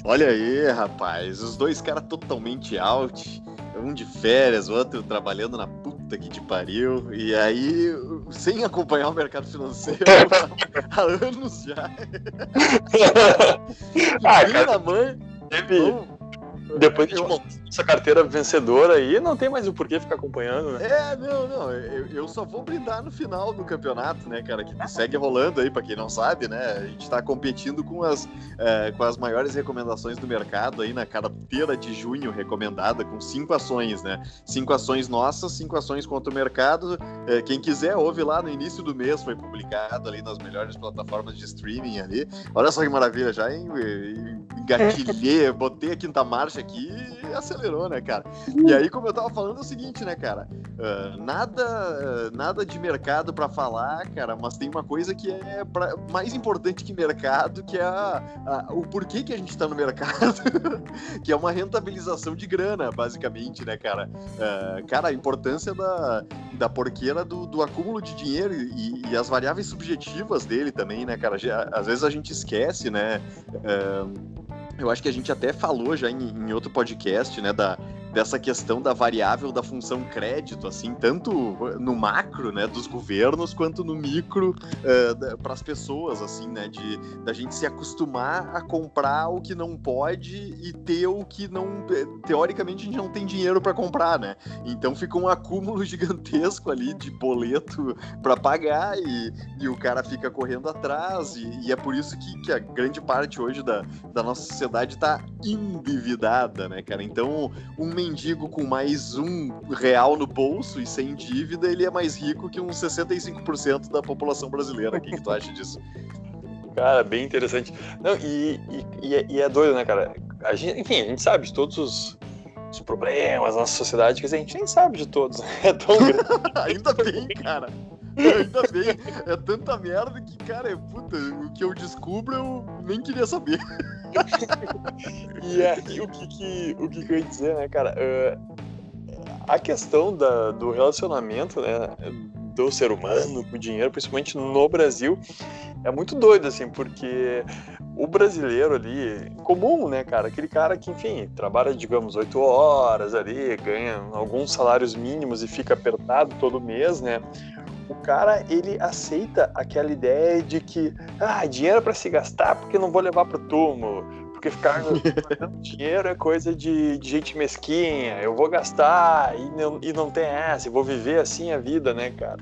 Olha aí, rapaz, os dois caras totalmente out, um de férias, o outro trabalhando na puta que te pariu, e aí, sem acompanhar o mercado financeiro há anos já, Ah, bem cara, na mãe. teve. Vamos, Depois que a gente eu, montou essa carteira vencedora aí, não tem mais o porquê ficar acompanhando, né? não, eu só vou brindar no final do campeonato, né, cara, que segue rolando aí, pra quem não sabe, né, a gente tá competindo com as maiores recomendações do mercado aí na carteira de junho recomendada, com 5 ações, né, 5 ações nossas, 5 ações contra o mercado, quem quiser ouve lá no início do mês, foi publicado ali nas melhores plataformas de streaming ali, olha só que maravilha, já engatilhei, botei a quinta marcha aqui e acelerou, né, cara, e aí, como eu tava falando, é o seguinte, né, cara, nada de mercado para falar, cara, mas tem uma coisa que é mais importante que mercado, que é o porquê que a gente tá no mercado, que é uma rentabilização de grana, basicamente, né, cara? Cara, a importância da porqueira do acúmulo de dinheiro e as variáveis subjetivas dele também, né, cara? Às vezes a gente esquece, né? Eu acho que a gente até falou já em outro podcast, né, dessa questão da variável da função crédito, assim, tanto no macro, né, dos governos, quanto no micro para as pessoas, assim, né, da gente se acostumar a comprar o que não pode e ter o que não, teoricamente, a gente não tem dinheiro para comprar, né? Então fica um acúmulo gigantesco ali de boleto para pagar e o cara fica correndo atrás e é por isso que a grande parte hoje da nossa sociedade está endividada, né, cara? Então, um mendigo com mais R$1 no bolso e sem dívida, ele é mais rico que uns 65% da população brasileira. O que tu acha disso? Cara, bem interessante. Não, e é doido, né, cara? A gente sabe de todos os problemas da nossa sociedade, que a gente nem sabe de todos. É tão grande. Ainda bem, cara. Ainda bem. É tanta merda que, cara, puta, o que eu descubro eu nem queria saber. E aí, o que eu ia dizer, né, cara? A questão do relacionamento, né, do ser humano com o dinheiro, principalmente no Brasil, é muito doido, assim, porque o brasileiro ali, comum, né, cara? Aquele cara que, enfim, trabalha, digamos, 8 horas ali, ganha alguns salários mínimos e fica apertado todo mês, né? O cara, ele aceita aquela ideia de que, dinheiro é pra se gastar porque não vou levar pro túmulo, porque ficar guardando dinheiro é coisa de gente mesquinha, eu vou gastar e não tem essa, eu vou viver assim a vida, né, cara?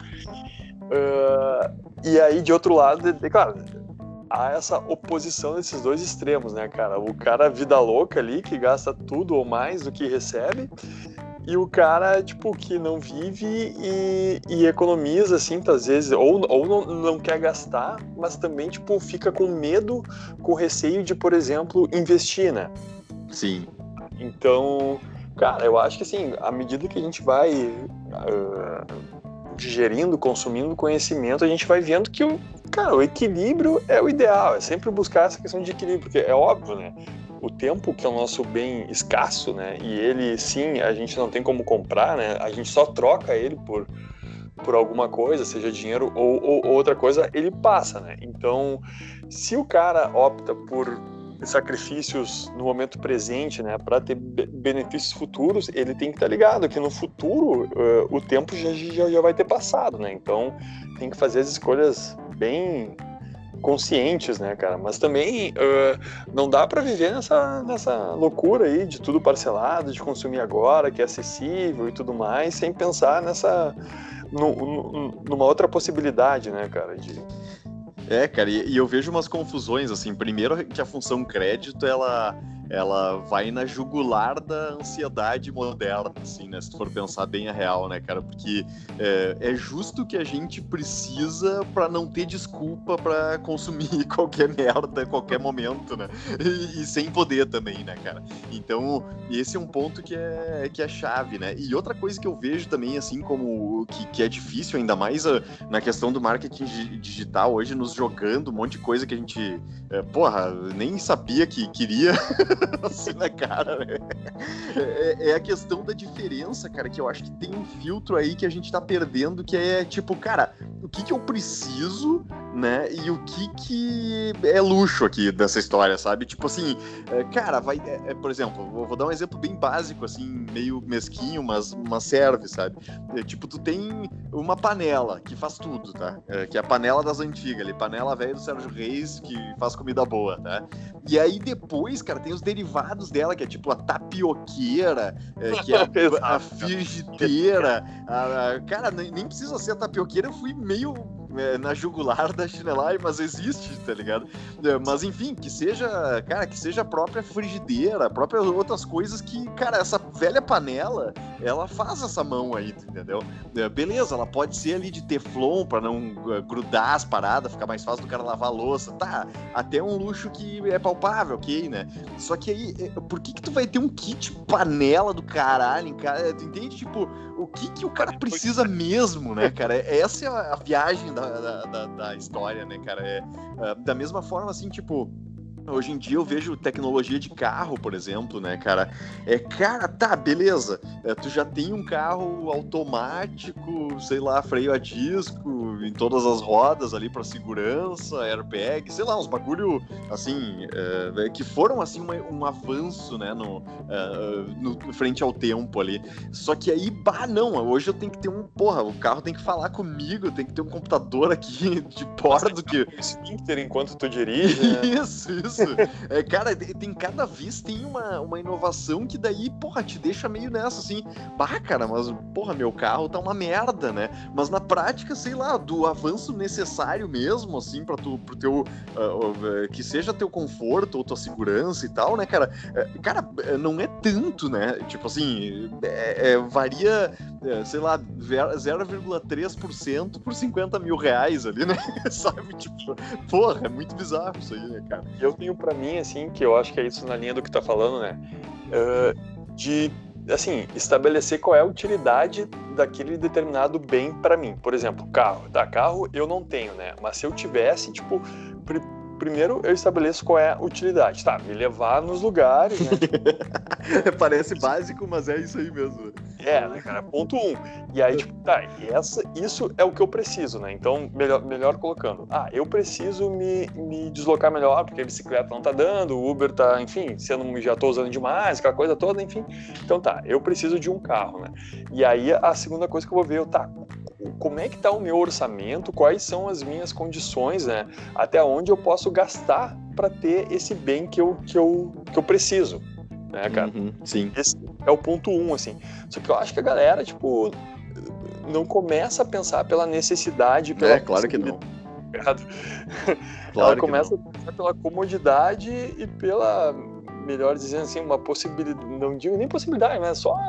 E aí, de outro lado, claro, há essa oposição desses dois extremos, né, cara? O cara vida louca ali, que gasta tudo ou mais do que recebe, e o cara, tipo, que não vive e economiza, assim, às vezes, ou não quer gastar, mas também, tipo, fica com medo, com receio de, por exemplo, investir, né? Sim. Então, cara, eu acho que, assim, à medida que a gente vai digerindo, consumindo conhecimento, a gente vai vendo que o equilíbrio é o ideal, é sempre buscar essa questão de equilíbrio, porque é óbvio, né? O tempo, que é o nosso bem escasso, né? E ele, sim, a gente não tem como comprar, né? A gente só troca ele por alguma coisa, seja dinheiro ou outra coisa, ele passa, né? Então, se o cara opta por sacrifícios no momento presente, né, para ter benefícios futuros, ele tem que estar ligado que no futuro o tempo já vai ter passado, né? Então, tem que fazer as escolhas bem conscientes, né, cara? Mas também não dá para viver nessa loucura aí de tudo parcelado, de consumir agora, que é acessível e tudo mais, sem pensar numa outra possibilidade, né, cara? Cara, e eu vejo umas confusões, assim, primeiro que a função crédito, ela vai na jugular da ansiedade moderna, assim, né, se tu for pensar bem a real, né, cara, porque é justo que a gente precisa pra não ter desculpa pra consumir qualquer merda, qualquer momento, né, e sem poder também, né, cara, então, esse é um ponto que é chave, né, e outra coisa que eu vejo também, assim, como que é difícil, ainda mais na questão do marketing digital, hoje nos jogando um monte de coisa que a gente, nem sabia que queria, assim na cara, né? É a questão da diferença, cara, que eu acho que tem um filtro aí que a gente tá perdendo, que é tipo, cara, o que eu preciso, né? E o que é luxo aqui dessa história, sabe? Tipo assim, cara, por exemplo, vou dar um exemplo bem básico, assim, meio mesquinho, mas serve, sabe? Tipo, tu tem uma panela que faz tudo, tá? Que é a panela das antigas ali, panela velha do Sérgio Reis, que faz comida boa, tá? E aí depois, cara, tem os derivados dela, que é tipo a tapioqueira, que é a frigideira. Cara, nem precisa ser a tapioqueira, eu fui meio na jugular da chinelagem, mas existe, tá ligado? Mas enfim, que seja a própria frigideira, próprias outras coisas que, cara, essa velha panela, ela faz essa mão aí, entendeu? Beleza, ela pode ser ali de teflon pra não grudar as paradas, ficar mais fácil do cara lavar a louça, tá? Até um luxo que é palpável, ok, né? Só que aí, por que tu vai ter um kit panela do caralho, cara? Tu entende? Tipo, o que o cara precisa mesmo, né, cara? Essa é a viagem da história, né, cara? Da mesma forma, assim, tipo, hoje em dia eu vejo tecnologia de carro, por exemplo, né, cara? Cara, tá, beleza. Tu já tem um carro automático, sei lá, freio a disco em todas as rodas ali pra segurança, airbag, sei lá, uns bagulho, assim, que foram, assim, um avanço, né, no frente ao tempo ali. Só que aí, não, hoje eu tenho que ter o carro tem que falar comigo, tem que ter um computador aqui de bordo que... Esfíncter enquanto tu dirige, né? Isso. Cara, cada vez tem uma inovação que daí, porra, te deixa meio nessa, assim, cara, mas, porra, meu carro tá uma merda, né? Mas na prática, sei lá, do avanço necessário mesmo, assim, pro teu, que seja teu conforto ou tua segurança e tal, né, cara? Cara, não é tanto, né? Tipo assim, varia, sei lá, 0,3% por 50 mil reais ali, né? Sabe? Tipo, porra, é muito bizarro isso aí, né, cara? Eu tenho pra mim, assim, que eu acho que é isso na linha do que tá falando, né? De, assim, estabelecer qual é a utilidade daquele determinado bem pra mim. Por exemplo, carro. Tá, carro eu não tenho, né? Mas se eu tivesse, tipo, primeiro eu estabeleço qual é a utilidade. Tá, me levar nos lugares, né? Parece básico, mas é isso aí mesmo. Né, cara? Ponto 1. E aí, tipo, tá, isso é o que eu preciso, né? Então, melhor colocando. Eu preciso me deslocar melhor, porque a bicicleta não tá dando, o Uber tá, enfim, já tô usando demais, aquela coisa toda, enfim. Então tá, eu preciso de um carro, né? E aí, a segunda coisa que eu vou ver, como é que tá o meu orçamento, quais são as minhas condições, né? Até onde eu posso gastar para ter esse bem que eu preciso, né, cara? Sim. Esse é o ponto 1, assim. Só que eu acho que a galera, tipo, não começa a pensar pela necessidade, claro que não. Claro ela começa a pensar pela comodidade e pela, melhor dizendo assim, uma possibilidade, não digo nem possibilidade, mas só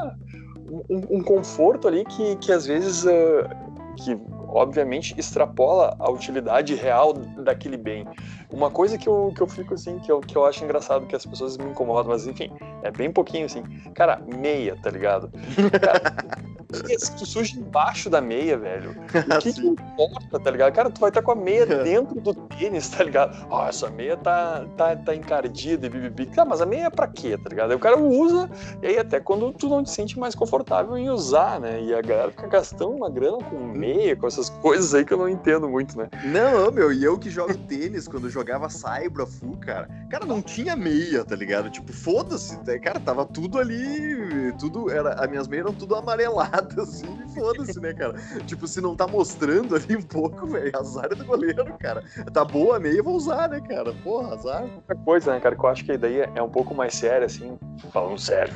um conforto ali que às vezes que obviamente extrapola a utilidade real daquele bem. Uma coisa que eu fico assim, que eu acho engraçado, que as pessoas me incomodam, mas enfim, é bem pouquinho assim. Cara, meia, tá ligado? Cara, se tu suja embaixo da meia, velho, o que importa, tá ligado? Cara, tu vai estar com a meia dentro do tênis, tá ligado? Essa meia tá encardida e bibibi. Tá, mas a meia é pra quê, tá ligado? Aí o cara usa, e aí até quando tu não te sente mais confortável em usar, né? E a galera fica gastando uma grana com meia, com essas coisas aí que eu não entendo muito, né? Não, meu, e eu que jogo tênis, quando eu jogava Saibro, cara, não tinha meia, tá ligado? Tipo, foda-se, cara, tava tudo ali, as minhas meias eram tudo amareladas, assim, foda-se, né, cara? Tipo, se não tá mostrando ali um pouco, velho, azar é do goleiro, cara. Tá boa a meia, vou usar, né, cara? Porra, azar. Outra coisa, né, cara, que eu acho que daí é um pouco mais séria, assim, falando sério.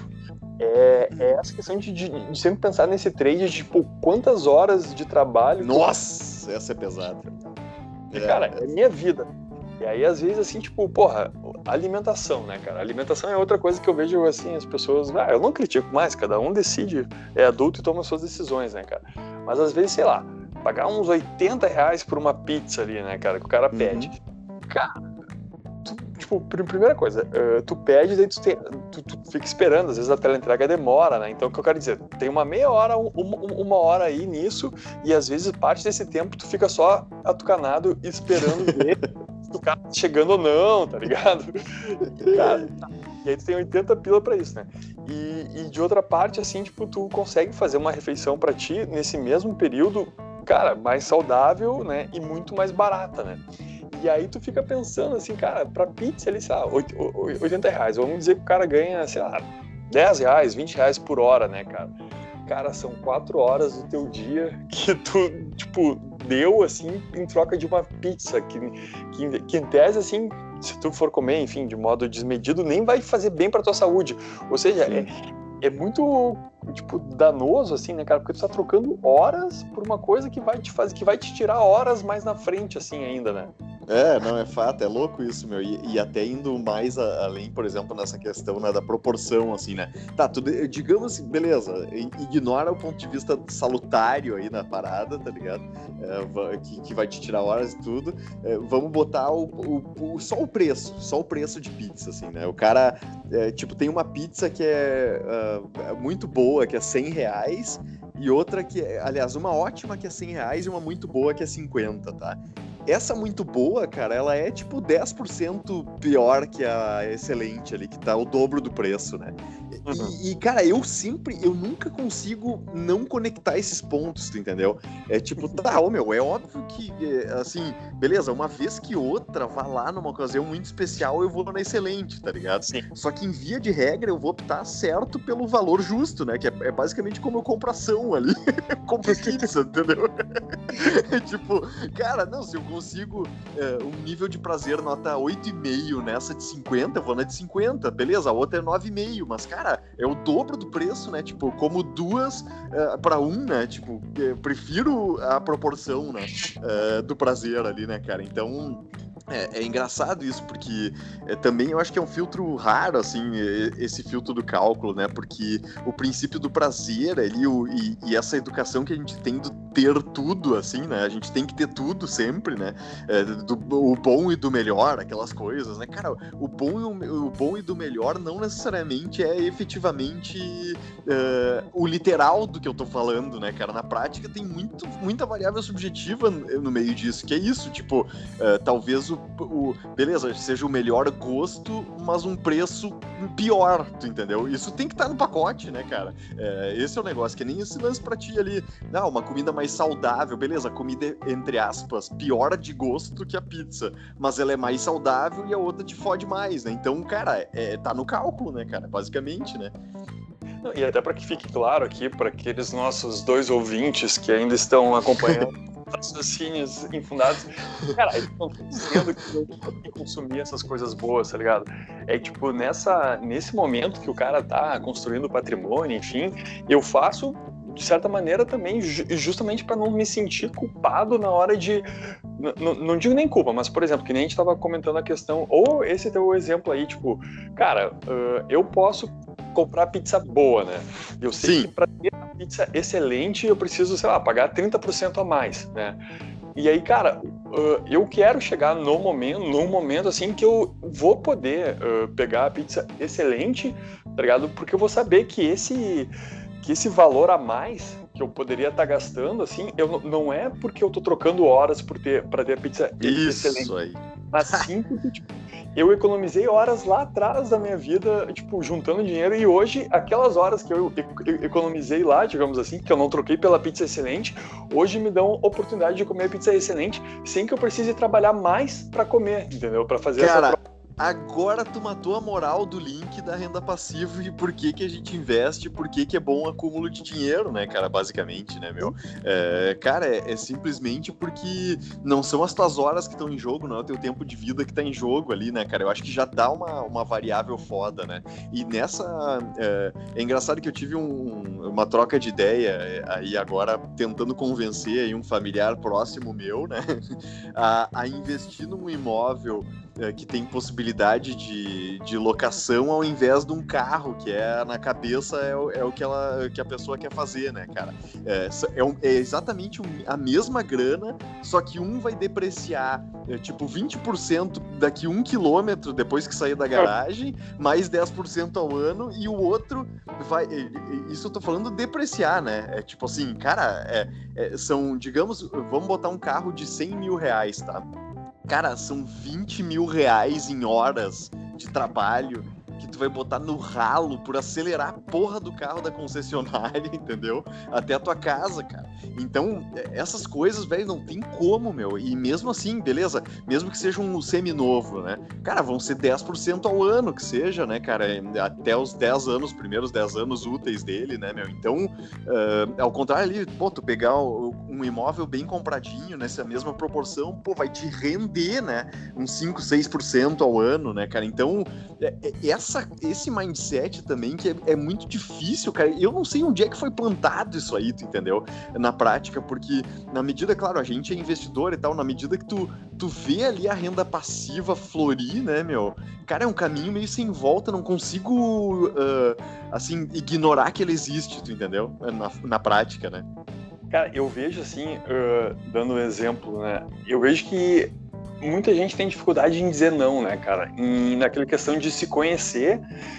É essa questão de sempre pensar nesse trade de, tipo, quantas horas de trabalho... Nossa, essa é pesada. Cara, é minha vida. E aí, às vezes, assim, tipo, porra, alimentação, né, cara? Alimentação é outra coisa que eu vejo, assim, as pessoas... eu não critico mais, cada um decide, é adulto e toma suas decisões, né, cara? Mas, às vezes, sei lá, pagar uns R$80 por uma pizza ali, né, cara, que o cara pede. Cara, tipo, primeira coisa, tu pede, daí tu fica esperando, às vezes a teleentrega demora, né? Então, o que eu quero dizer, tem uma meia hora, uma hora aí nisso, e às vezes parte desse tempo tu fica só atucanado esperando ver se o cara tá chegando ou não, tá ligado? Cara, E aí tu tem 80 pila pra isso, né? E de outra parte, assim, tipo, tu consegue fazer uma refeição pra ti nesse mesmo período, cara, mais saudável, né? E muito mais barata, né? E aí tu fica pensando assim, cara, pra pizza ali, sei lá, 80 reais. Vamos dizer que o cara ganha, sei lá, 10 reais, 20 reais por hora, né, cara? Cara, são 4 horas do teu dia que tu, tipo, deu, assim, em troca de uma pizza, que em tese, assim, se tu for comer, enfim, de modo desmedido, nem vai fazer bem pra tua saúde. Ou seja, é muito, tipo, danoso, assim, né, cara? Porque tu tá trocando horas por uma coisa que vai te fazer, que vai te tirar horas mais na frente, assim, ainda, né? Não, é fato, é louco isso, meu, e até indo mais além, por exemplo, nessa questão, né, da proporção, assim, né, tá, digamos, beleza, ignora o ponto de vista salutário aí na parada, tá ligado, que vai te tirar horas e tudo, vamos botar só o preço de pizza, assim, né, o cara, tipo, tem uma pizza que é muito boa, que é 100 reais, e outra que aliás, uma ótima que é 100 reais e uma muito boa que é 50, tá? Essa muito boa, cara, ela é tipo 10% pior que a excelente ali, que tá o dobro do preço, né? E, cara, eu nunca consigo não conectar esses pontos, tu entendeu? É tipo, tá, é óbvio que, assim, beleza, uma vez que outra, vá lá numa ocasião muito especial, eu vou na excelente, tá ligado? Sim. Só que em via de regra, eu vou optar certo pelo valor justo, né? Que é basicamente como eu compro ação ali, eu compro pizza, entendeu? Tipo, cara, não, se eu consigo um nível de prazer nota 8,5 nessa de 50, eu vou na de 50, beleza, a outra é 9,5, mas, cara, é o dobro do preço, né, tipo, como duas pra um, né, tipo, prefiro a proporção, né, do prazer ali, né, cara, então... É engraçado isso, porque também eu acho que é um filtro raro, assim, esse filtro do cálculo, né? Porque o princípio do prazer ali e essa educação que a gente tem do ter tudo, assim, né? A gente tem que ter tudo sempre, né? O bom e do melhor, aquelas coisas, né? Cara, o bom e do melhor não necessariamente é efetivamente o literal do que eu tô falando, né, cara? Na prática tem muita variável subjetiva no meio disso, que é isso, tipo, talvez beleza, seja o melhor gosto, mas um preço pior, tu entendeu? Isso tem que estar no pacote, né, cara? Esse é o negócio, que nem esse lance pra ti ali. Não, uma comida mais saudável, beleza, comida, entre aspas, pior de gosto que a pizza, mas ela é mais saudável e a outra te fode mais, né? Então, cara, tá no cálculo, né, cara? Basicamente, né? E até para que fique claro aqui, para aqueles nossos 2 ouvintes que ainda estão acompanhando raciocínios infundados, cara, eles estão dizendo que eu tenho que consumir essas coisas boas, tá ligado? É tipo, nesse momento que o cara tá construindo patrimônio, enfim, eu faço de certa maneira também justamente para não me sentir culpado na hora de, não digo nem culpa, mas por exemplo, que nem a gente tava comentando a questão, ou esse teu exemplo aí, tipo, cara, eu posso comprar pizza boa, né? Eu sei que para ter a pizza excelente eu preciso, sei lá, pagar 30% a mais, né? E aí, cara, eu quero chegar num momento assim que eu vou poder pegar a pizza excelente, tá ligado? Porque eu vou saber que esse valor a mais que eu poderia estar gastando, assim, não é porque eu tô trocando horas para ter a pizza excelente. Aí. Mas sim porque, tipo, eu economizei horas lá atrás da minha vida, tipo, juntando dinheiro, e hoje, aquelas horas que eu economizei lá, digamos assim, que eu não troquei pela pizza excelente, hoje me dão oportunidade de comer a pizza excelente sem que eu precise trabalhar mais para comer, entendeu? Para fazer essa troca. Agora tu matou a moral do link da renda passiva e por que a gente investe, por que é bom o acúmulo de dinheiro, né, cara, basicamente, né, meu? Cara, é simplesmente porque não são as tuas horas que estão em jogo, não é o teu tempo de vida que tá em jogo ali, né, cara? Eu acho que já dá uma variável foda, né? E nessa... É engraçado que eu tive uma troca de ideia aí agora, tentando convencer aí um familiar próximo meu, né, a investir num imóvel que tem possibilidade de locação ao invés de um carro, que na cabeça é o que a pessoa quer fazer, né, cara? É exatamente a mesma grana, só que um vai depreciar tipo 20% daqui 1 quilômetro depois que sair da garagem, mais 10% ao ano, e o outro vai... Isso eu tô falando depreciar, né? É tipo assim, cara, são, digamos, vamos botar um carro de 100 mil reais, tá? Cara, são 20 mil reais em horas de trabalho que tu vai botar no ralo por acelerar a porra do carro da concessionária, entendeu? Até a tua casa, cara. Então, essas coisas, velho, não tem como, meu. E mesmo assim, beleza, mesmo que seja um seminovo, né? Cara, vão ser 10% ao ano, que seja, né, cara? Até os 10 anos, primeiros 10 anos úteis dele, né, meu? Então, ao contrário ali, pô, tu pegar um imóvel bem compradinho, nessa mesma proporção, pô, vai te render, né? Uns 5, 6% ao ano, né, cara? Então, esse mindset também que é muito difícil, cara. Eu não sei onde é que foi plantado isso aí, tu entendeu? Na prática, porque na medida, claro, a gente é investidor e tal, na medida que tu vê ali a renda passiva florir, né, meu? Cara, é um caminho meio sem volta, não consigo, assim, ignorar que ele existe, tu entendeu? Na prática, né? Cara, eu vejo assim, dando um exemplo, né? Eu vejo que muita gente tem dificuldade em dizer não, né, cara? Naquela questão de se conhecer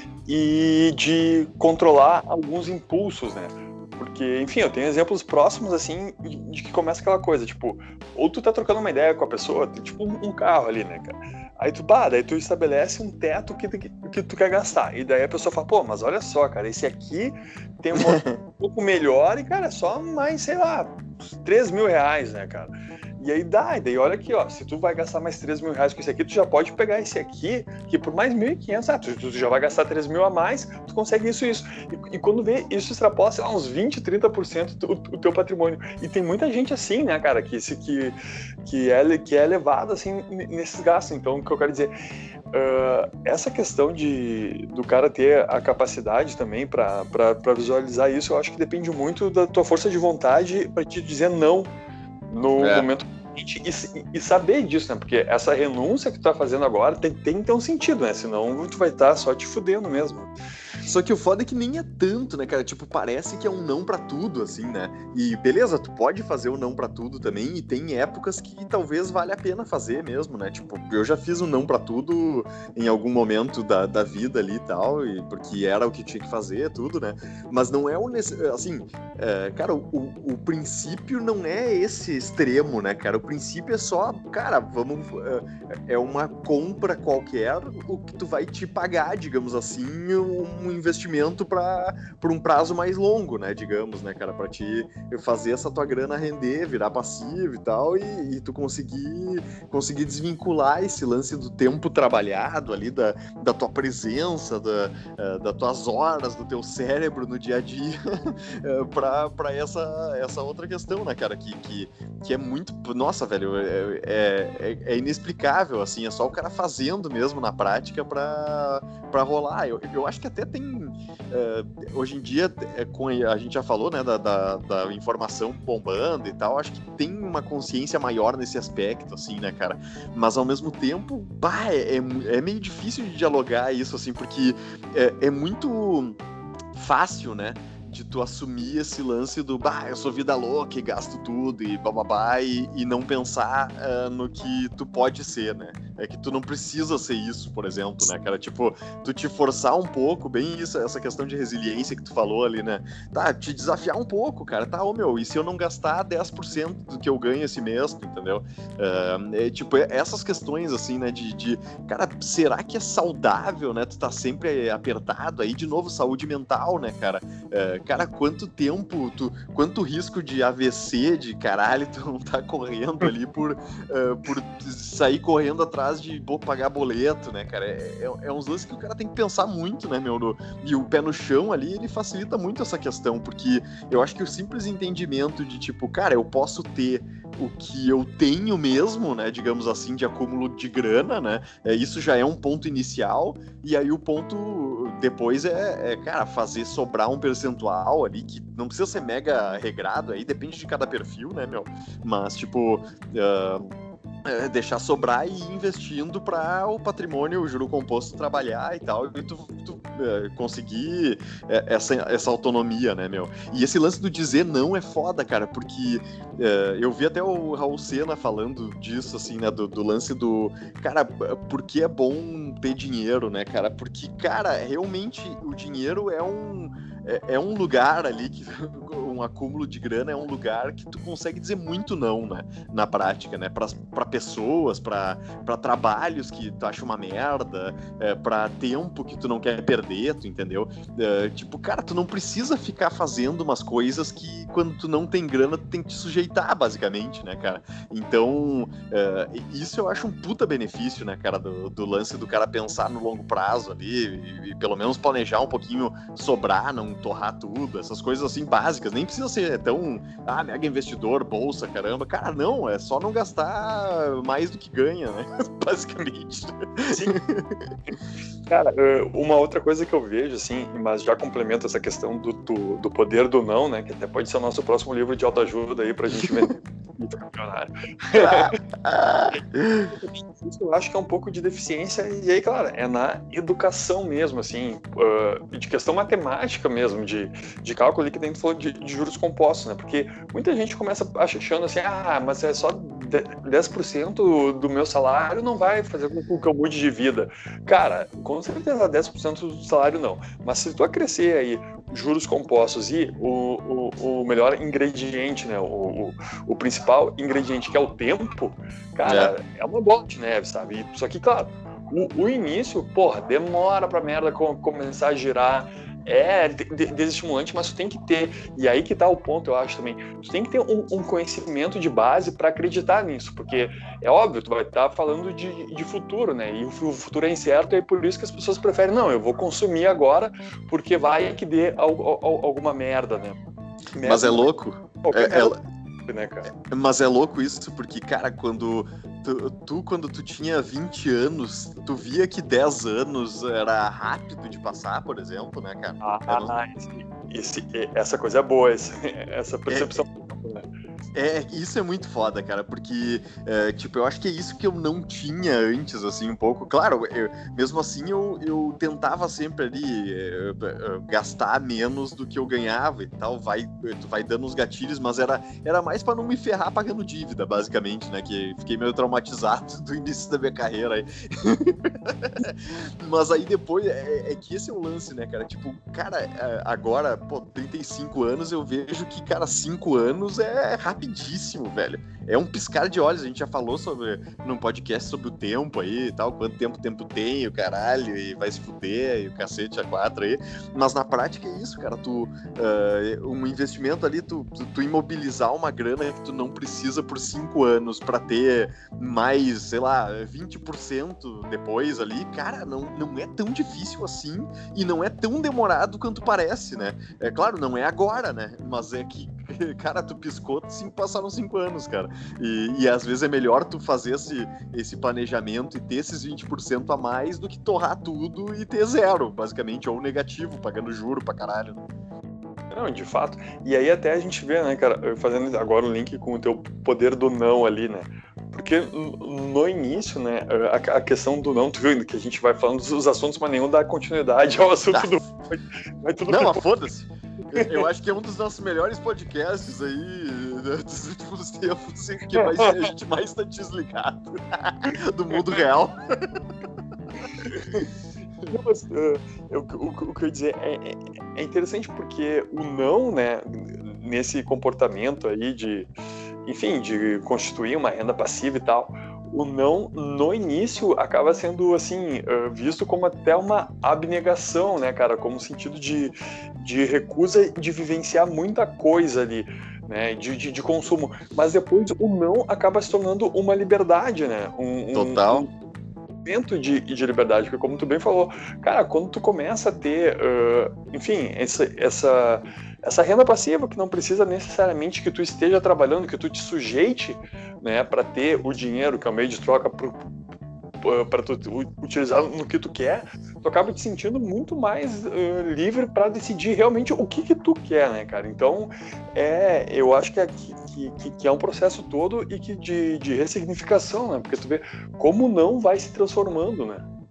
e de controlar alguns impulsos, né? Porque, enfim, eu tenho exemplos próximos, assim, de que começa aquela coisa, tipo, ou tu tá trocando uma ideia com a pessoa, tipo um carro ali, né, cara? Aí daí tu estabelece um teto que tu quer gastar. E daí a pessoa fala, pô, mas olha só, cara, esse aqui tem um pouco melhor e, cara, é só mais, sei lá, 3 mil reais, né, cara? E aí daí olha aqui, ó, se tu vai gastar mais 3 mil reais com esse aqui, tu já pode pegar esse aqui, que por mais 1.500, tu já vai gastar 3 mil a mais, tu consegue isso. E quando vê, isso extrapola, sei lá, uns 20, 30% o teu patrimônio. E tem muita gente assim, né, cara, que é levado, assim, nesses gastos. Então, o que eu quero dizer, essa questão do cara ter a capacidade também para visualizar isso, eu acho que depende muito da tua força de vontade para te dizer não no momento e saber disso, né? Porque essa renúncia que tu tá fazendo agora tem que ter um sentido, né? Senão tu vai estar só te fudendo mesmo. Só que o foda é que nem é tanto, né, cara? Tipo, parece que é um não pra tudo, assim, né? E beleza, tu pode fazer o não pra tudo também, e tem épocas que talvez valha a pena fazer mesmo, né? Tipo, eu já fiz um não pra tudo em algum momento da vida ali e tal, porque era o que tinha que fazer, tudo, né? Mas não é assim, cara, o princípio não é esse extremo, né, cara? O princípio é só, cara, é uma compra qualquer, o que tu vai te pagar, digamos assim, um investimento por um prazo mais longo, né, digamos, né, cara, pra te fazer essa tua grana render, virar passivo e tal, e tu conseguir desvincular esse lance do tempo trabalhado ali, da tua presença, das tuas horas, do teu cérebro no dia a dia, pra essa outra questão, né, cara, que é muito, nossa, velho, é inexplicável, assim, é só o cara fazendo mesmo na prática pra rolar. Eu acho que até tem hoje em dia, a gente já falou, né, da informação bombando e tal, acho que tem uma consciência maior nesse aspecto, assim, né, cara, mas ao mesmo tempo, é meio difícil de dialogar isso, assim, porque é muito fácil, né, de tu assumir esse lance do eu sou vida louca e gasto tudo e bababá, e não pensar no que tu pode ser, né? É que tu não precisa ser isso, por exemplo, né, cara? Tipo, tu te forçar um pouco, bem isso, essa questão de resiliência que tu falou ali, né? Tá, te desafiar um pouco, cara. Tá, meu, e se eu não gastar 10% do que eu ganho esse mês, entendeu? Tipo, essas questões, assim, né, cara, será que é saudável, né? Tu tá sempre apertado aí, de novo, saúde mental, né, cara? Cara, quanto tempo, quanto risco de AVC, de caralho, tu não tá correndo ali por sair correndo atrás de pagar boleto, né, cara? É uns lances que o cara tem que pensar muito, né, meu? E o pé no chão ali, ele facilita muito essa questão, porque eu acho que o simples entendimento de, tipo, cara, eu posso ter o que eu tenho mesmo, né, digamos assim, de acúmulo de grana, né? Isso já é um ponto inicial, e aí o ponto depois cara, fazer sobrar um percentual ali, que não precisa ser mega regrado, aí depende de cada perfil, né, meu? Mas, tipo, deixar sobrar e ir investindo para o patrimônio, o juro composto trabalhar e tal, e tu conseguir essa autonomia, né, meu? E esse lance do dizer não é foda, cara, porque eu vi até o Raul Sena falando disso, assim, né, do lance do... Cara, por que é bom ter dinheiro, né, cara? Porque, cara, realmente o dinheiro é um lugar ali, um acúmulo de grana é um lugar que tu consegue dizer muito não, né? Na prática, né? Pra pessoas, pra trabalhos que tu acha uma merda, pra tempo que tu não quer perder, tu entendeu? Tipo, cara, tu não precisa ficar fazendo umas coisas que quando tu não tem grana, tu tem que te sujeitar, basicamente, né, cara? Então, isso eu acho um puta benefício, né, cara, do lance do cara pensar no longo prazo ali e pelo menos planejar um pouquinho, sobrar, não torrar tudo, essas coisas assim básicas, nem precisa ser tão, mega investidor, bolsa, caramba, cara, não, é só não gastar mais do que ganha, né, basicamente. Sim. Cara, uma outra coisa que eu vejo, assim, mas já complementa essa questão do poder do não, né, que até pode ser o nosso próximo livro de autoajuda aí pra gente ver. Isso eu acho que é um pouco de deficiência, e aí, claro, é na educação mesmo, assim, de questão matemática mesmo, de cálculo ali, que nem tu falou de juros compostos, né? Porque muita gente começa achando assim, mas é só 10% do meu salário não vai fazer com que eu mude de vida. Cara, com certeza 10% do salário não, mas se tu acrescer aí juros compostos e o melhor ingrediente, né, o principal ingrediente, que é o tempo, cara, é uma bola de neve, sabe? Só que, claro, o início, porra, demora pra merda começar a girar, desestimulante, mas tu tem que ter, e aí que tá o ponto, eu acho também, tu tem que ter um conhecimento de base para acreditar nisso, porque é óbvio, tu vai estar falando de futuro, né, e o futuro é incerto, e é por isso que as pessoas preferem, não, eu vou consumir agora, porque vai que dê alguma merda, né. Mas é louco, né, cara? Mas é louco isso, porque, cara, quando tu tinha 20 anos, tu via que 10 anos era rápido de passar, por exemplo, né, cara? Essa coisa é boa, essa percepção. Isso é muito foda, cara, porque, tipo, eu acho que é isso que eu não tinha antes, assim, um pouco. Claro, mesmo assim, eu tentava sempre ali gastar menos do que eu ganhava e tal, tu vai dando uns gatilhos, mas era mais pra não me ferrar pagando dívida, basicamente, né, que fiquei meio traumatizado do início da minha carreira aí. Mas aí depois, que esse é o lance, né, cara, tipo, cara, agora, 35 anos, eu vejo que, cara, 5 anos é rapidíssimo, velho. É um piscar de olhos. A gente já falou num podcast sobre o tempo aí e tal, quanto tempo tem, o caralho, e vai se fuder, e o cacete A4 aí. Mas na prática é isso, cara. Um investimento ali, tu imobilizar uma grana que tu não precisa por 5 anos pra ter mais, sei lá, 20% depois ali, cara, não é tão difícil assim e não é tão demorado quanto parece, né? É claro, não é agora, né? Mas é que, cara, tu piscou, passaram 5 anos, cara. E às vezes é melhor tu fazer esse planejamento e ter esses 20% a mais do que torrar tudo e ter zero, basicamente, ou negativo, pagando juro pra caralho. Não, de fato. E aí até a gente vê, né, cara, fazendo agora o link com o teu poder do não ali, né? Porque no início, né, a questão do não, tu viu que a gente vai falando dos assuntos, mas nenhum dá continuidade ao assunto do... Vai tudo não, foda-se. Eu acho que é um dos nossos melhores podcasts aí, né, dos últimos tempos, que a gente mais tá desligado do mundo real. O que eu ia dizer é interessante porque o não, né, nesse comportamento aí de constituir uma renda passiva e tal, o não, no início, acaba sendo, assim, visto como até uma abnegação, né, cara, como sentido de recusa de vivenciar muita coisa ali, né, de consumo, mas depois o não acaba se tornando uma liberdade, né, Total. momento de liberdade, porque como tu bem falou, cara, quando tu começa a ter, essa renda passiva, que não precisa necessariamente que tu esteja trabalhando, que tu te sujeite, né, para ter o dinheiro, que é o meio de troca para tu utilizar no que tu quer, tu acaba te sentindo muito mais livre para decidir realmente o que tu quer, né, cara? Então, eu acho que é um processo todo e que de ressignificação, né? Porque tu vê como não vai se transformando, né?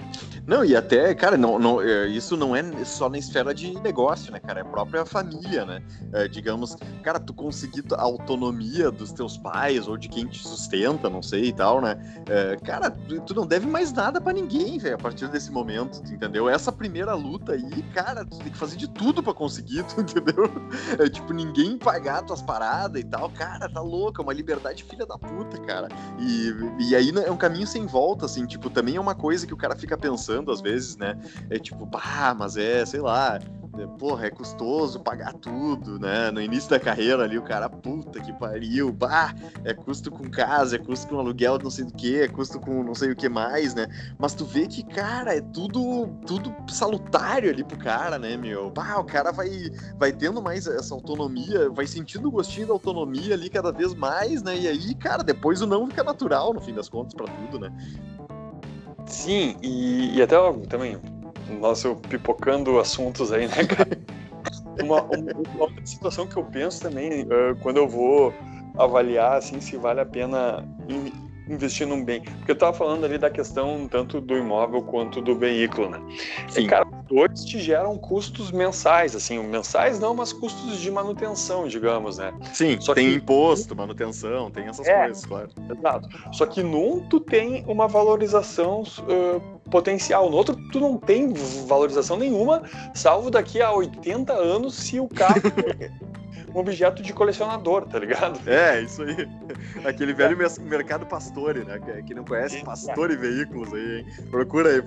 Não, e até, cara, isso não é só na esfera de negócio, né, cara? É a própria família, né? Digamos, cara, tu conseguir a autonomia dos teus pais ou de quem te sustenta, não sei e tal, né? Cara, tu não deve mais nada pra ninguém, velho, a partir desse momento, tu entendeu? Essa primeira luta aí, cara, tu tem que fazer de tudo pra conseguir, tu entendeu? Tipo, ninguém pagar tuas paradas e tal. Cara, tá louco, é uma liberdade filha da puta, cara. E aí é um caminho sem volta, assim, tipo, também é uma coisa que o cara fica pensando às vezes, né? É tipo, mas sei lá, porra, é custoso pagar tudo, né? No início da carreira ali, o cara, puta que pariu, é custo com casa, é custo com aluguel não sei do que, é custo com não sei o que mais, né? Mas tu vê que, cara, é tudo salutário ali pro cara, né, meu? O cara vai tendo mais essa autonomia, vai sentindo o gostinho da autonomia ali cada vez mais, né? E aí, cara, depois o não fica natural, no fim das contas, pra tudo, né? Sim, e até também, nosso pipocando assuntos aí, né, cara? Uma outra situação que eu penso também, quando eu vou avaliar, assim, se vale a pena investir num bem. Porque eu tava falando ali da questão tanto do imóvel quanto do veículo, né? Sim. E, cara, os dois te geram custos mensais, assim, mensais não, mas custos de manutenção, digamos, né? Sim, só tem imposto, manutenção, tem essas coisas, claro. Exato. Só que num tu tem uma valorização potencial, no outro tu não tem valorização nenhuma, salvo daqui a 80 anos se o carro um objeto de colecionador, tá ligado? Isso aí. Aquele velho mercado Pastore, né? Quem não conhece, Pastore Veículos aí, hein? Procura aí.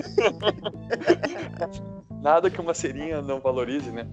Nada que uma serinha não valorize, né?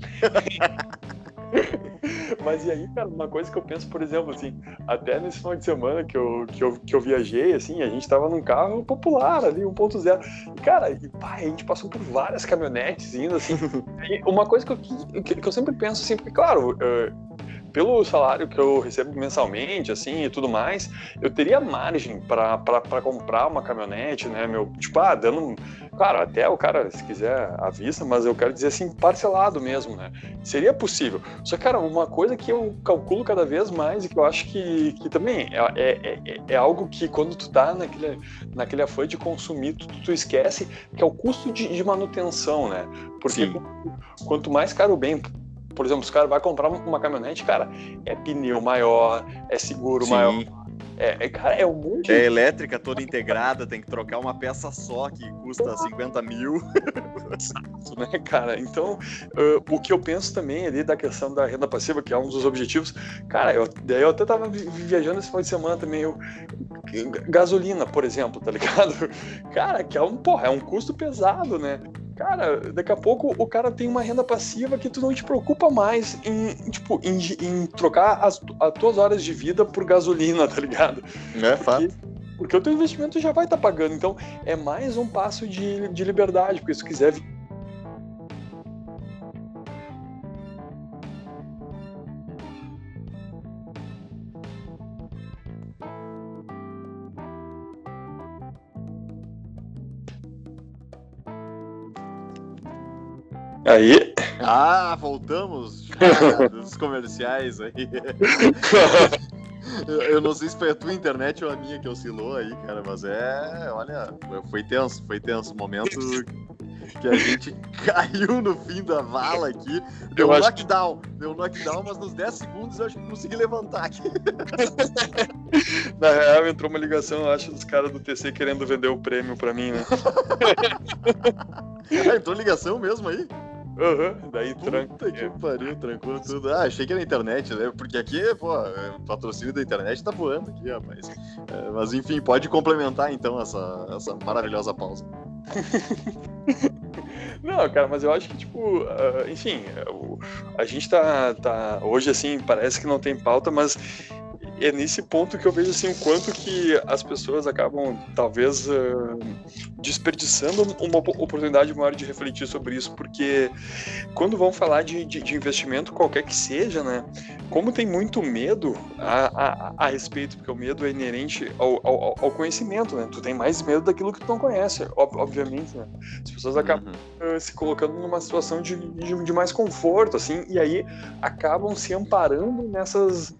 Mas e aí, cara, uma coisa que eu penso, por exemplo, assim, até nesse final de semana que eu viajei, assim, a gente tava num carro popular ali, 1.0. E, cara, a gente passou por várias caminhonetes indo, assim. E uma coisa que eu sempre penso, assim, porque, claro, pelo salário que eu recebo mensalmente, assim, e tudo mais, eu teria margem para comprar uma caminhonete, né, meu, tipo, dando, claro, até o cara, se quiser, à vista, mas eu quero dizer assim, parcelado mesmo, né, seria possível. Só que, cara, uma coisa que eu calculo cada vez mais e que eu acho que também é algo que quando tu tá naquele afã de consumir, tu esquece, que é o custo de manutenção, né, porque quanto mais caro o bem, por exemplo, os caras vão comprar uma caminhonete, cara, é pneu maior, é seguro maior. Cara, é um monte. É elétrica toda integrada, tem que trocar uma peça só que custa 50 mil. Exato, né, cara? Então, o que eu penso também ali da questão da renda passiva, que é um dos objetivos, cara, eu até tava viajando esse final de semana também, gasolina, por exemplo, tá ligado? Cara, que é um custo pesado, né? Cara, daqui a pouco o cara tem uma renda passiva que tu não te preocupa mais em trocar as tuas horas de vida por gasolina, tá ligado? Fato. Porque o teu investimento já vai estar pagando. Então, é mais um passo de liberdade, porque se tu quiser... Aí... voltamos dos comerciais aí. Eu não sei se foi a tua internet ou a minha que oscilou aí, cara, mas olha, foi tenso, momento que a gente caiu no fim da vala aqui, deu knockdown, mas nos 10 segundos eu acho que consegui levantar aqui. Na real, entrou uma ligação, eu acho, dos caras do TC querendo vender o prêmio pra mim, né? Entrou ligação mesmo aí? Daí Puta que pariu, trancou tudo. Achei que era internet, né? Porque aqui, patrocínio da internet tá voando aqui, rapaz. Mas enfim, pode complementar então essa maravilhosa pausa. Não, cara, mas eu acho que, tipo, enfim, a gente tá hoje, assim, parece que não tem pauta, mas é nesse ponto que eu vejo, assim, o quanto que as pessoas acabam, talvez, desperdiçando uma oportunidade maior de refletir sobre isso, porque quando vão falar de investimento, qualquer que seja, né, como tem muito medo a respeito, porque o medo é inerente ao conhecimento, né, tu tem mais medo daquilo que tu não conhece, obviamente, né, as pessoas acabam se colocando numa situação de mais conforto, assim, e aí acabam se amparando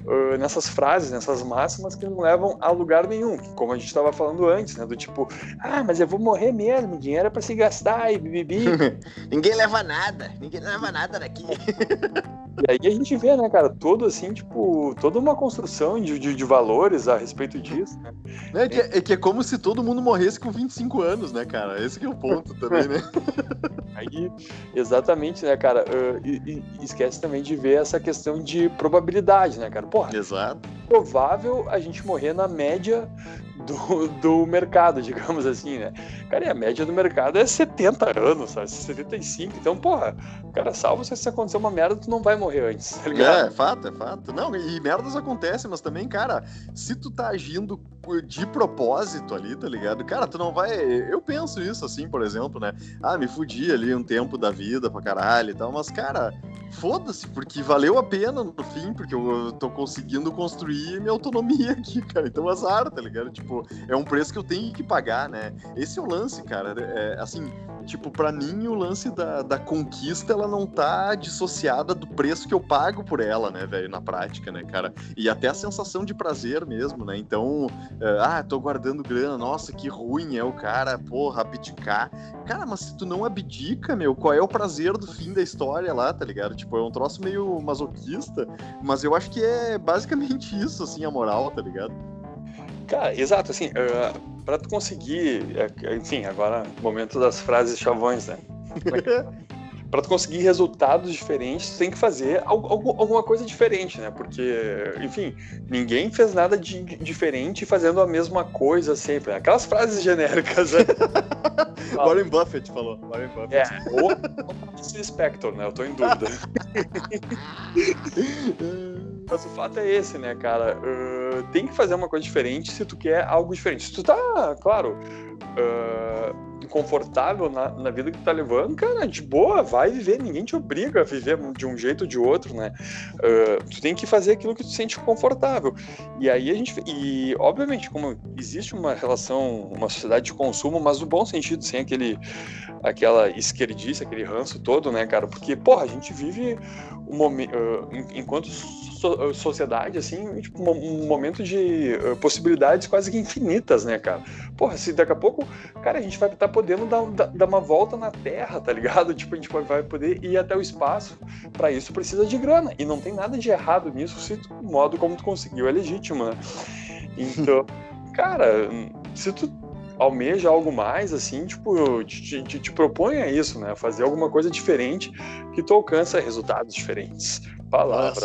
nessas frases, nessas máximas que não levam a lugar nenhum, como a gente estava falando antes, né, do tipo, mas eu vou morrer mesmo, dinheiro é para se gastar e bibibi. Ninguém leva nada daqui. E aí a gente vê, né, cara, todo assim, tipo, toda uma construção de valores a respeito disso, né? É que é como se todo mundo morresse com 25 anos, né, cara? Esse que é o ponto também, né? Aí, exatamente, né, cara, e esquece também de ver essa questão de probabilidade, né, cara? Porra, Exato. é provável a gente morrer na média do mercado, digamos assim, né? Cara, e a média do mercado é 70 anos, sabe? 75. Então, porra, cara, salvo se acontecer uma merda, tu não vai morrer antes, tá ligado? É fato. Não, e merdas acontecem, mas também, cara, se tu tá agindo de propósito ali, tá ligado? Cara, tu não vai... Eu penso isso, assim, por exemplo, né? Me fudi ali um tempo da vida pra caralho e tal, mas, cara, foda-se, porque valeu a pena no fim, porque eu tô conseguindo construir minha autonomia aqui, cara. Então, azar, tá ligado? Tipo, é um preço que eu tenho que pagar, né? Esse é o lance, cara. Assim, tipo, pra mim, o lance da conquista, ela não tá dissociada do preço que eu pago por ela, né, velho, na prática, né, cara? E até a sensação de prazer mesmo, né? Então, tô guardando grana, nossa, que ruim é o cara, porra, abdicar. Cara, mas se tu não abdica, meu, qual é o prazer do fim da história lá, tá ligado? Tipo, é um troço meio masoquista, mas eu acho que é basicamente isso, assim, a moral, tá ligado? Cara, exato, assim, pra tu conseguir, enfim, agora, momento das frases chavões, né? Pra tu conseguir resultados diferentes, tu tem que fazer alguma coisa diferente, né? Porque, enfim, ninguém fez nada de diferente fazendo a mesma coisa sempre. Aquelas frases genéricas, né? Warren Buffett falou. Warren Buffett. Ou Spector, né? Eu tô em dúvida. Mas o fato é esse, né, cara? Tem que fazer uma coisa diferente se tu quer algo diferente. Se tu tá, claro, confortável na vida que tu tá levando, cara, de boa, vai viver, ninguém te obriga a viver de um jeito ou de outro, né? Tu tem que fazer aquilo que tu sente confortável. E aí e obviamente, como existe uma relação, uma sociedade de consumo, mas no bom sentido, sem aquela esquerdice, aquele ranço todo, né, cara? Porque, porra, a gente vive um momento, enquanto sociedade, assim, tipo, um momento de possibilidades quase que infinitas, né, cara? Porra, se daqui a pouco, cara, a gente vai estar podendo dar uma volta na Terra, tá ligado? Tipo, a gente vai poder ir até o espaço. Pra isso precisa de grana. E não tem nada de errado nisso se o modo como tu conseguiu é legítimo, né? Então, cara, se tu almeja algo mais, assim, tipo, te proponha isso, né? Fazer alguma coisa diferente que tu alcança resultados diferentes. Palavra.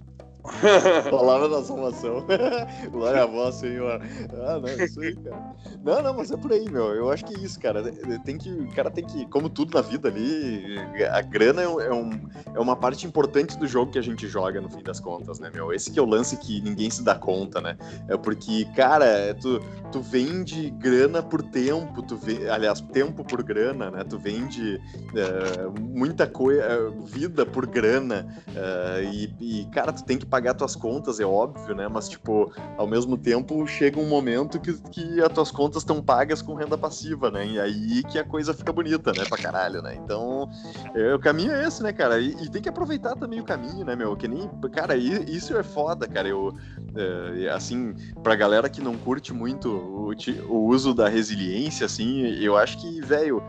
Palavra da salvação. Glória a vós, Senhor. Não, isso aí, cara. Não, mas é por aí, meu. Eu acho que é isso, cara. O cara tem que, como tudo na vida ali, a grana é uma parte importante do jogo que a gente joga, no fim das contas, né, meu? Esse que é o lance que ninguém se dá conta, né? É porque, cara, tu vende grana por tempo, aliás, tempo por grana, né? Tu vende muita coisa, vida por grana, e, cara, tu tem que pagar tuas contas, é óbvio, né? Mas, tipo, ao mesmo tempo, chega um momento que as tuas contas estão pagas com renda passiva, né? E aí que a coisa fica bonita, né? Pra caralho, né? Então, o caminho é esse, né, cara? E tem que aproveitar também o caminho, né, meu? Que nem... Cara, isso é foda, cara. Assim, pra galera que não curte muito o uso da resiliência, assim, eu acho que, velho...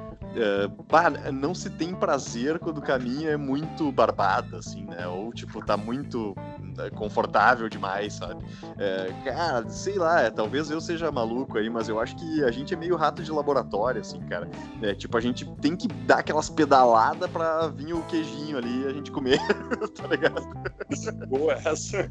não se tem prazer quando o caminho é muito barbado, assim, né? Ou, tipo, tá muito confortável demais, sabe? Cara, sei lá, talvez eu seja maluco aí, mas eu acho que a gente é meio rato de laboratório, assim, cara. Tipo, a gente tem que dar aquelas pedaladas pra vir o queijinho ali e a gente comer, tá ligado? Boa essa.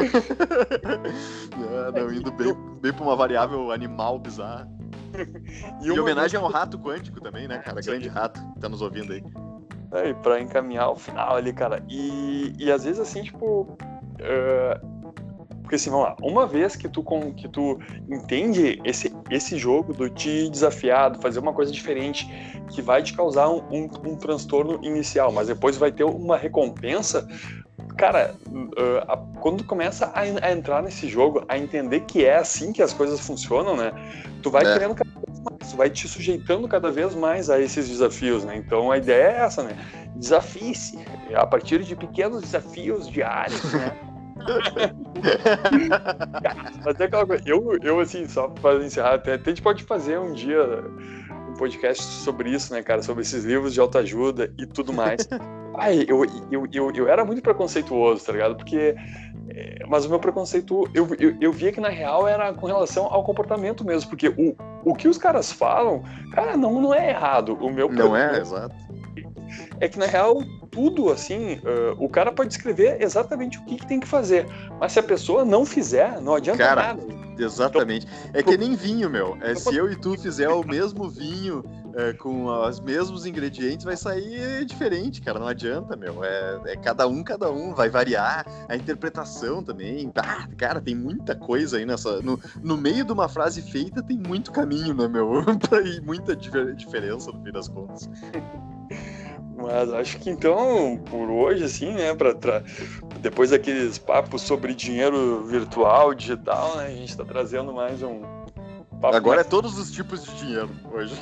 Não, indo bem pra uma variável animal bizarra. E homenagem ao rato quântico também, né, cara? Grande rato que tá nos ouvindo aí. E pra encaminhar o final ali, cara. E às vezes, assim, tipo... Porque assim, vamos lá. Uma vez que tu entende esse jogo do te desafiar, fazer uma coisa diferente, que vai te causar um transtorno inicial, mas depois vai ter uma recompensa... Cara, quando tu começa a entrar nesse jogo, a entender que é assim que as coisas funcionam, né? Tu vai querendo cada vez mais, tu vai te sujeitando cada vez mais a esses desafios, né? Então a ideia é essa, né? Desafie-se a partir de pequenos desafios diários, né? Mas é aquela coisa, eu assim, só para encerrar, até a gente pode fazer um dia um podcast sobre isso, né, cara? Sobre esses livros de autoajuda e tudo mais. Ai, eu era muito preconceituoso, tá ligado? Porque... Mas o meu preconceito, eu via que na real era com relação ao comportamento mesmo, porque o que os caras falam, cara, não é errado. O meu Não é, exato. É que na real, tudo assim, o cara pode escrever exatamente o que tem que fazer, mas se a pessoa não fizer, não adianta nada. Exatamente. É que nem vinho, meu. Se eu e tu fizer o mesmo vinho com os mesmos ingredientes, vai sair diferente, cara. Não adianta, meu. É cada um, vai variar. A interpretação também. Ah, cara, tem muita coisa aí nessa... No meio de uma frase feita tem muito caminho, né, meu? E muita diferença, no fim das contas. Mas acho que então, por hoje, assim, né, depois daqueles papos sobre dinheiro virtual, digital, né, a gente tá trazendo mais um papo. Agora é todos os tipos de dinheiro, hoje.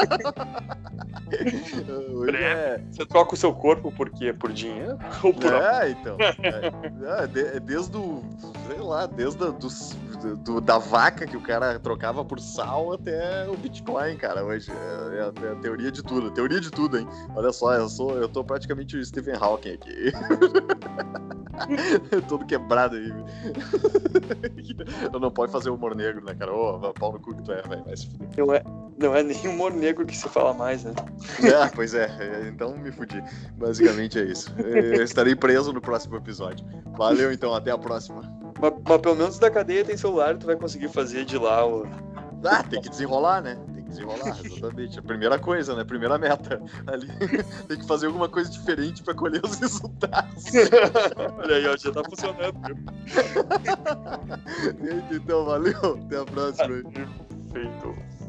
Hoje Você troca o seu corpo por quê? Por dinheiro? Ou por então. Desde o... sei lá, da vaca que o cara trocava por sal até o Bitcoin, cara, hoje. É a teoria de tudo. Teoria de tudo, hein? Olha só, eu tô praticamente o Stephen Hawking aqui. Todo quebrado aí. Eu não pode fazer humor negro, né, cara? Pau no cu que tu é, velho. Vai se fuder. Não é nem humor negro que se fala mais, né? Pois é. Então me fudi. Basicamente é isso. Eu estarei preso no próximo episódio. Valeu, então. Até a próxima. Mas pelo menos da cadeia tem celular, tu vai conseguir fazer de lá o... tem que desenrolar, né? Tem que desenrolar, exatamente. A primeira coisa, né? Primeira meta. Ali. Tem que fazer alguma coisa diferente pra colher os resultados. Olha aí, ó, já tá funcionando. Então, valeu. Até a próxima. Feito.